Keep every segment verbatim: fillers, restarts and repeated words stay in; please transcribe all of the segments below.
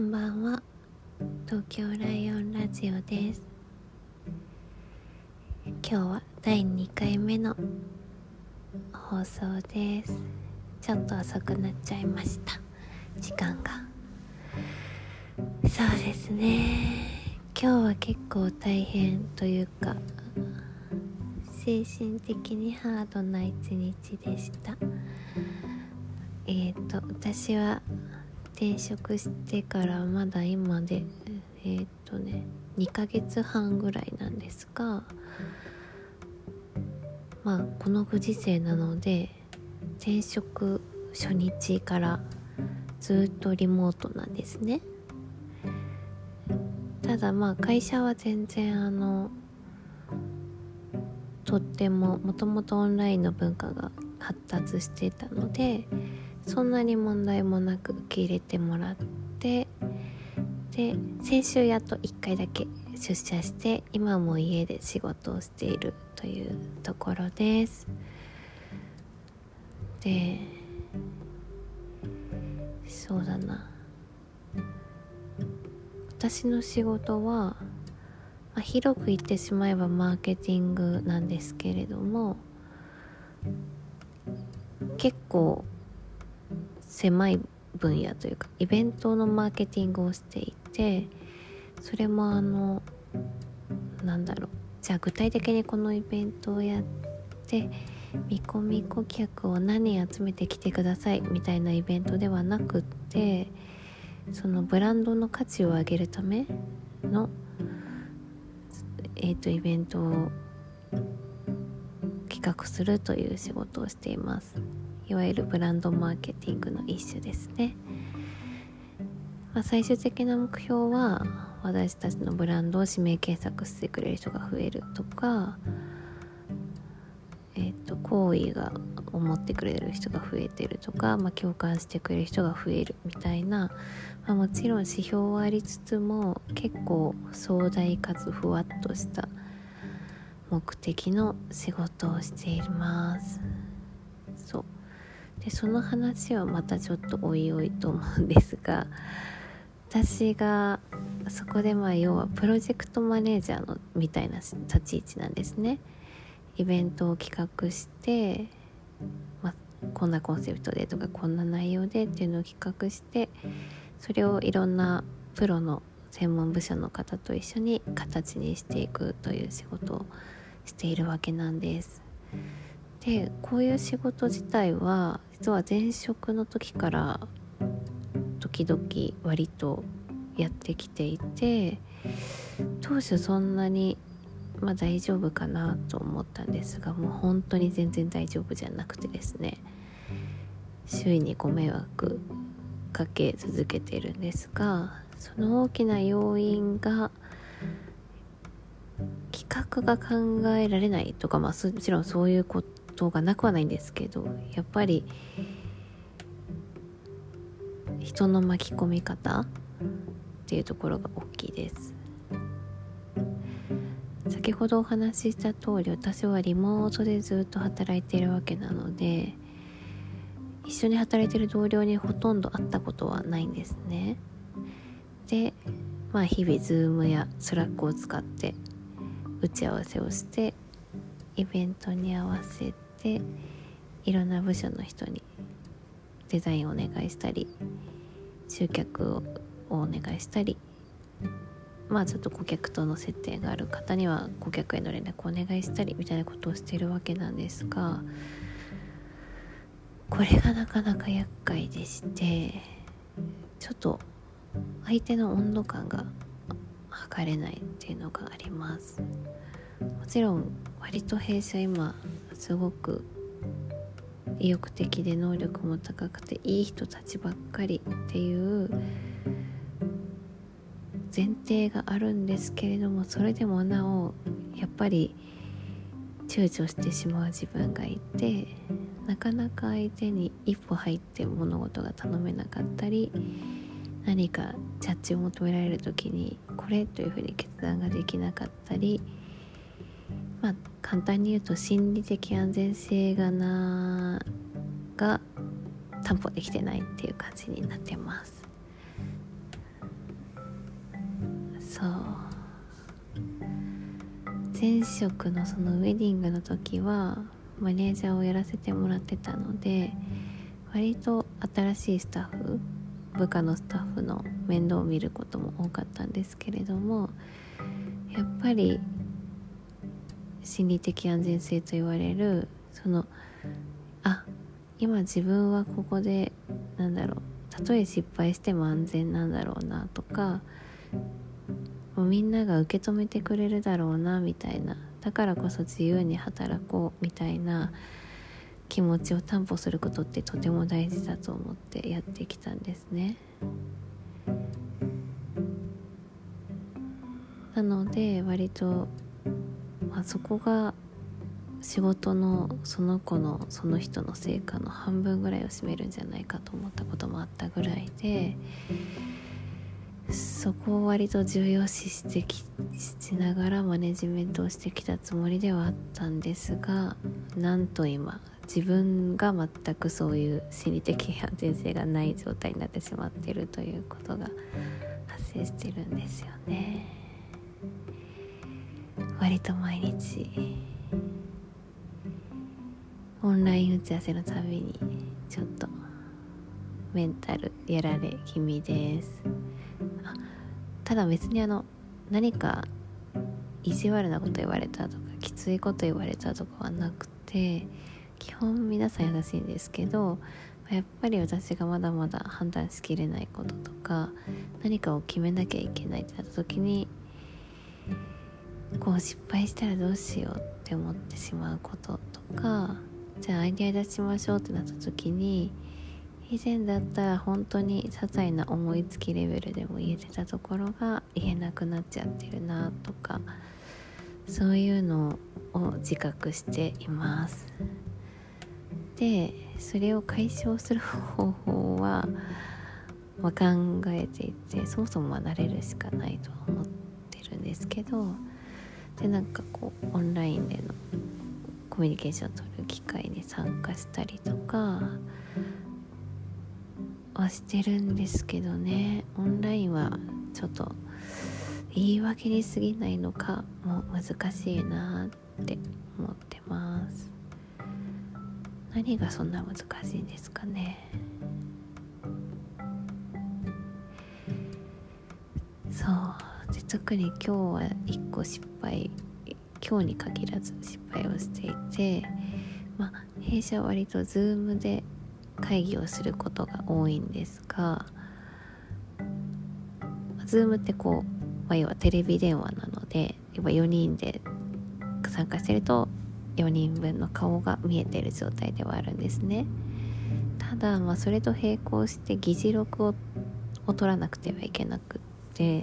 んばんは。東京ライオンラジオです。今日はだいにかいめの放送です。ちょっと遅くなっちゃいました、時間が。そうですね、今日は結構大変というか精神的にハードな一日でした。えっと私は転職してからまだ今でえっとねにかげつはんぐらいなんですが、まあこのご時世なので転職初日からずっとリモートなんですね。ただまあ会社は全然あのとってももともとオンラインの文化が発達していたので、そんなに問題もなく受け入れてもらって、で先週やっといっかいだけ出社して、今も家で仕事をしているというところです。でそうだな私の仕事は、まあ、広く言ってしまえばマーケティングなんですけれども、結構狭い分野というかイベントのマーケティングをしていて、それもあのなんだろうじゃあ具体的にこのイベントをやって見込み顧客を何人集めてきてくださいみたいなイベントではなくって、そのブランドの価値を上げるための、えーと、イベントを企画するという仕事をしています。いわゆるブランドマーケティングの一種ですね。まあ、最終的な目標は私たちのブランドを指名検索してくれる人が増えるとか、えーと、好意が思ってくれる人が増えてるとか、まあ、共感してくれる人が増えるみたいな、まあ、もちろん指標はありつつも結構壮大かつふわっとした目的の仕事をしています。そうでその話はまたちょっとおいおいと思うんですが、私がそこでまあ要はプロジェクトマネージャーのみたいな立ち位置なんですね。イベントを企画して、まあ、こんなコンセプトでとかこんな内容でっていうのを企画して、それをいろんなプロの専門部署の方と一緒に形にしていくという仕事をしているわけなんです。でこういう仕事自体は実は前職の時から時々割とやってきていて、当初そんなにまあ大丈夫かなと思ったんですが、もう本当に全然大丈夫じゃなくてですね、周囲にご迷惑かけ続けているんですが、その大きな要因が企画が考えられないとか、まあもちろんそういうことがなくはないんですけど、やっぱり人の巻き込み方っていうところが大きいです。先ほどお話しした通り、私はリモートでずっと働いているわけなので、一緒に働いている同僚にほとんど会ったことはないんですね。で、まあ日々 Zoom や Slack を使って打ち合わせをして、イベントに合わせていろんな部署の人にデザインをお願いしたり、集客をお願いしたり、まあちょっと顧客との接点がある方には顧客への連絡をお願いしたりみたいなことをしているわけなんですが、これがなかなか厄介でして、ちょっと相手の温度感が測れないっていうのがあります。もちろん割と弊社今すごく意欲的で能力も高くていい人たちばっかりっていう前提があるんですけれども、それでもなおやっぱり躊躇してしまう自分がいて、なかなか相手に一歩入って物事が頼めなかったり、何かジャッジを求められる時にこれというふうに決断ができなかったり、まあ簡単に言うと心理的安全性がなが担保できてないっていう感じになってます。 そう前職のそのウェディングの時はマネージャーをやらせてもらってたので、割と新しいスタッフ、部下のスタッフの面倒を見ることも多かったんですけれども、やっぱり心理的安全性と言われる、そのあ今自分はここでなんだろう、たとえ失敗しても安全なんだろうなとか、もうみんなが受け止めてくれるだろうなみたいな、だからこそ自由に働こうみたいな気持ちを担保することってとても大事だと思ってやってきたんですね。なので割と、まあ、そこが仕事のその子のその人の成果の半分ぐらいを占めるんじゃないかと思ったこともあったぐらいで、そこを割と重要視してきしながらマネジメントをしてきたつもりではあったんですが、なんと今自分が全くそういう心理的安全性がない状態になってしまっているということが発生してるんですよね。割と毎日オンライン打ち合わせのたびにちょっとメンタルやられ気味です。あただ別にあの何か意地悪なこと言われたとかきついこと言われたとかはなくて、基本皆さん優しいんですけど、やっぱり私がまだまだ判断しきれないこととか、何かを決めなきゃいけないってなった時に、こう失敗したらどうしようって思ってしまうこととか、じゃあアイデア出しましょうってなった時に、以前だったら本当に些細な思いつきレベルでも言えてたところが言えなくなっちゃってるなとか、そういうのを自覚しています。でそれを解消する方法は、まあ、考えていて、そもそもは慣れるしかないとは思ってるんですけど、でなんかこうオンラインでのコミュニケーションを取る機会に参加したりとかはしてるんですけどね、オンラインはちょっと言い訳に過ぎないのかも難しいなって思ってます。何がそんな難しいんですかね。そうで特に今日は一個失敗、今日に限らず失敗をしていて、まあ弊社は割と Zoom で会議をすることが多いんですが、 Zoom ってこう、まあ、要はテレビ電話なので、要はよにんで参加してるとよにんぶんの顔が見えている状態ではあるんですね。ただ、まあ、それと並行して議事録をを取らなくてはいけなくって、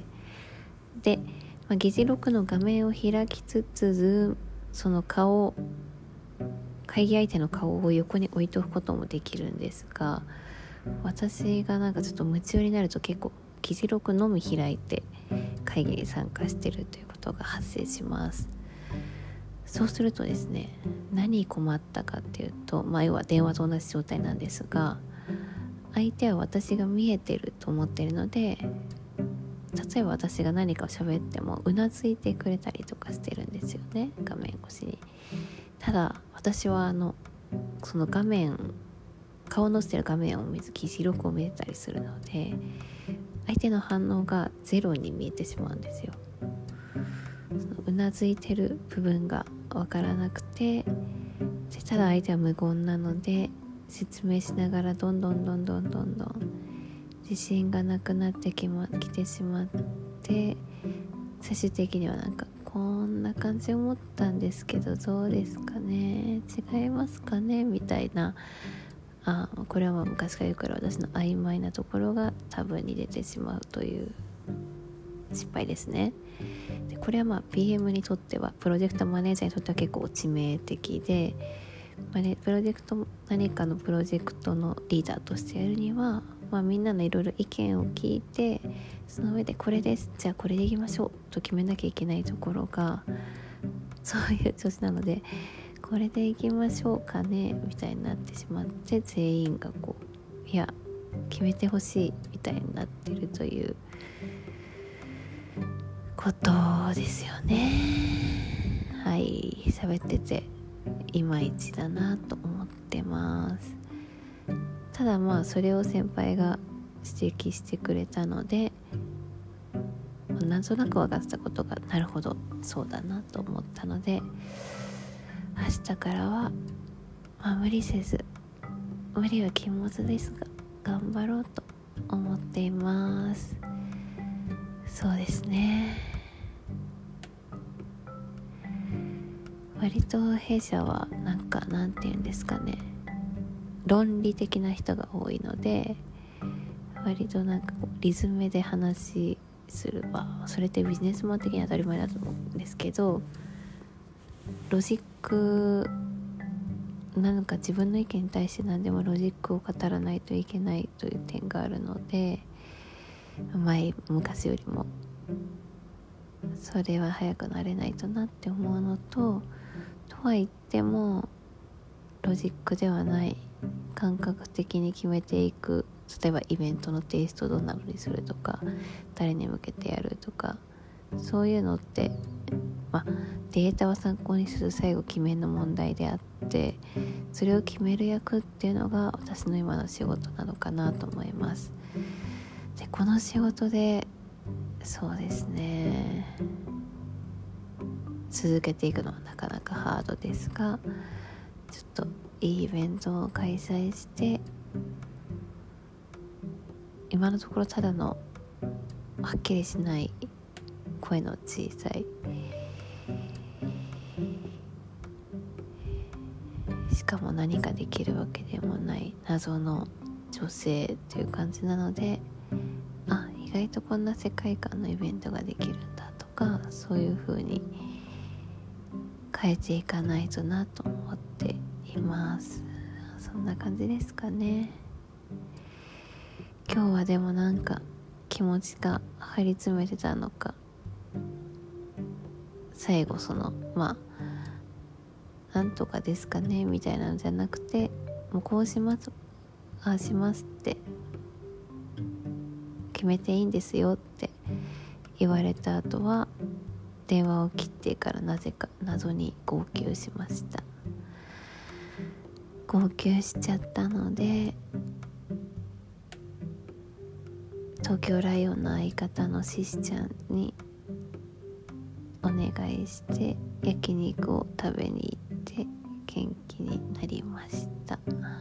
で、まあ、議事録の画面を開きつつ、その顔、会議相手の顔を横に置いておくこともできるんですが、私がなんかちょっと夢中になると結構議事録のみ開いて会議に参加しているということが発生します。そうするとですね、何困ったかっていうと、まあ要は電話と同じ状態なんですが、相手は私が見えてると思ってるので、例えば私が何かを喋ってもうなずいてくれたりとかしてるんですよね、画面越しに。ただ私はあのその画面、顔のしてる画面を見ず議事録を見てたりするので、相手の反応がゼロに見えてしまうんですよ。そのうなずいてる部分がわからなくて、でただ相手は無言なので説明しながらどんどんどんどんどんどん自信がなくなってき、ま、きてしまって、最終的にはなんかこんな感じ思ったんですけどどうですかね、違いますかねみたいな、あこれはまあ昔から言うから私の曖昧なところが多分に出てしまうという失敗ですね。でこれはまあ ピーエム にとっては、プロジェクトマネージャーにとっては結構致命的で、まあね、プロジェクト何かのプロジェクトのリーダーとしてやるには、まあ、みんなのいろいろ意見を聞いて、その上でこれです、じゃあこれでいきましょうと決めなきゃいけないところがそういう調子なので、これでいきましょうかねみたいになってしまって、全員がこういや決めてほしいみたいになってるということですよね。はい、喋ってていまいちだなと思ってます。ただまあそれを先輩が指摘してくれたので、なんとなく分かったことがなるほどそうだなと思ったので、明日からは、まあ、無理せず、無理は禁物ですが頑張ろうと思っています。そうですね、割と弊社はなんかなんていうんですかね、論理的な人が多いので、割となんかこうリズムで話するはそれってビジネスマン的に当たり前だと思うんですけど、ロジックなんか自分の意見に対して何でもロジックを語らないといけないという点があるので、前昔よりもそれは早くなれないとなって思うのと、とは言ってもロジックではない感覚的に決めていく、例えばイベントのテイストどんなのにするとか、誰に向けてやるとか、そういうのってまあデータは参考にする最後決めの問題であって、それを決める役っていうのが私の今の仕事なのかなと思います。でこの仕事でそうですね、続けていくのはなかなかハードですが、ちょっといいイベントを開催して、今のところただのはっきりしない声の小さい、しかも何かできるわけでもない謎の女性という感じなので、あ、意外とこんな世界観のイベントができるんだとか、そういう風に変えていかないとなと思っています。そんな感じですかね。今日はでもなんか気持ちが張り詰めてたのか、最後そのまあなんとかですかねみたいなのじゃなくて、もうこうしますああしますって決めていいんですよって言われた後は、電話を切ってからなぜか謎に号泣しました。号泣しちゃったので、東京ライオンの相方のシシちゃんにお願いして焼肉を食べに行って元気になりました。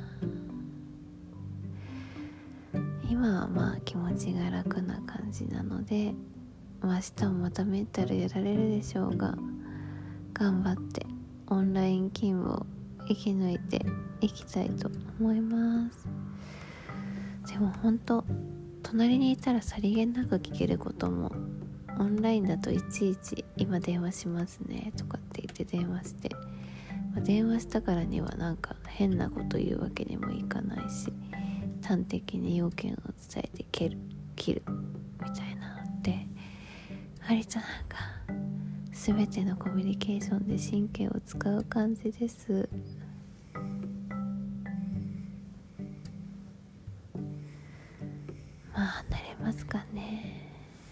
今はまあ気持ちが楽な感じなので、まあ、明日もまたメンタルやられるでしょうが、頑張ってオンライン勤務を生き抜いていきたいと思います。でも本当隣にいたらさりげなく聞けることも、オンラインだといちいち今電話しますねとかって言って電話して、まあ、電話したからにはなんか変なこと言うわけにもいかないし、端的に要件を伝えて切る切るみたいなのって割となんか全てのコミュニケーションで神経を使う感じです。まあ慣れますかね。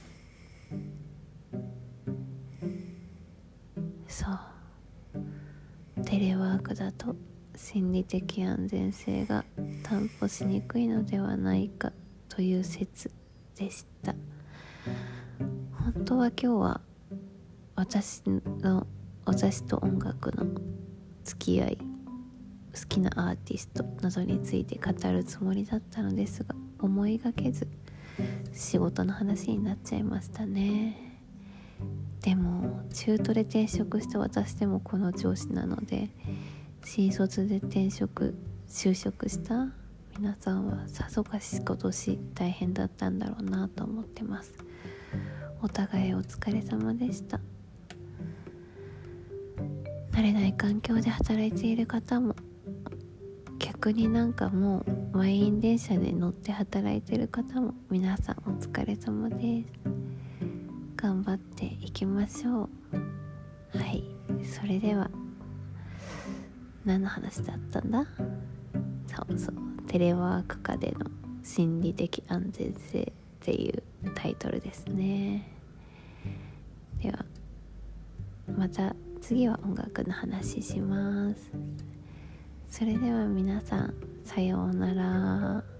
そうテレワークだと心理的安全性が担保しにくいのではないかという説でした。本当は今日は私の私と音楽の付き合い、好きなアーティストなどについて語るつもりだったのですが、思いがけず仕事の話になっちゃいましたね。でも中途で転職した私でもこの調子なので、新卒で転職就職した皆さんはさぞかし今年大変だったんだろうなと思ってます。お互いお疲れ様でした。慣れない環境で働いている方も、逆になんかもう満員電車で乗って働いている方も、皆さんお疲れ様です。頑張っていきましょう。はい、それでは何の話だったんだ。そうそう、テレワーク下での心理的安全性っていうタイトルですね。 ではまた次は音楽の話します。それでは皆さんさようなら。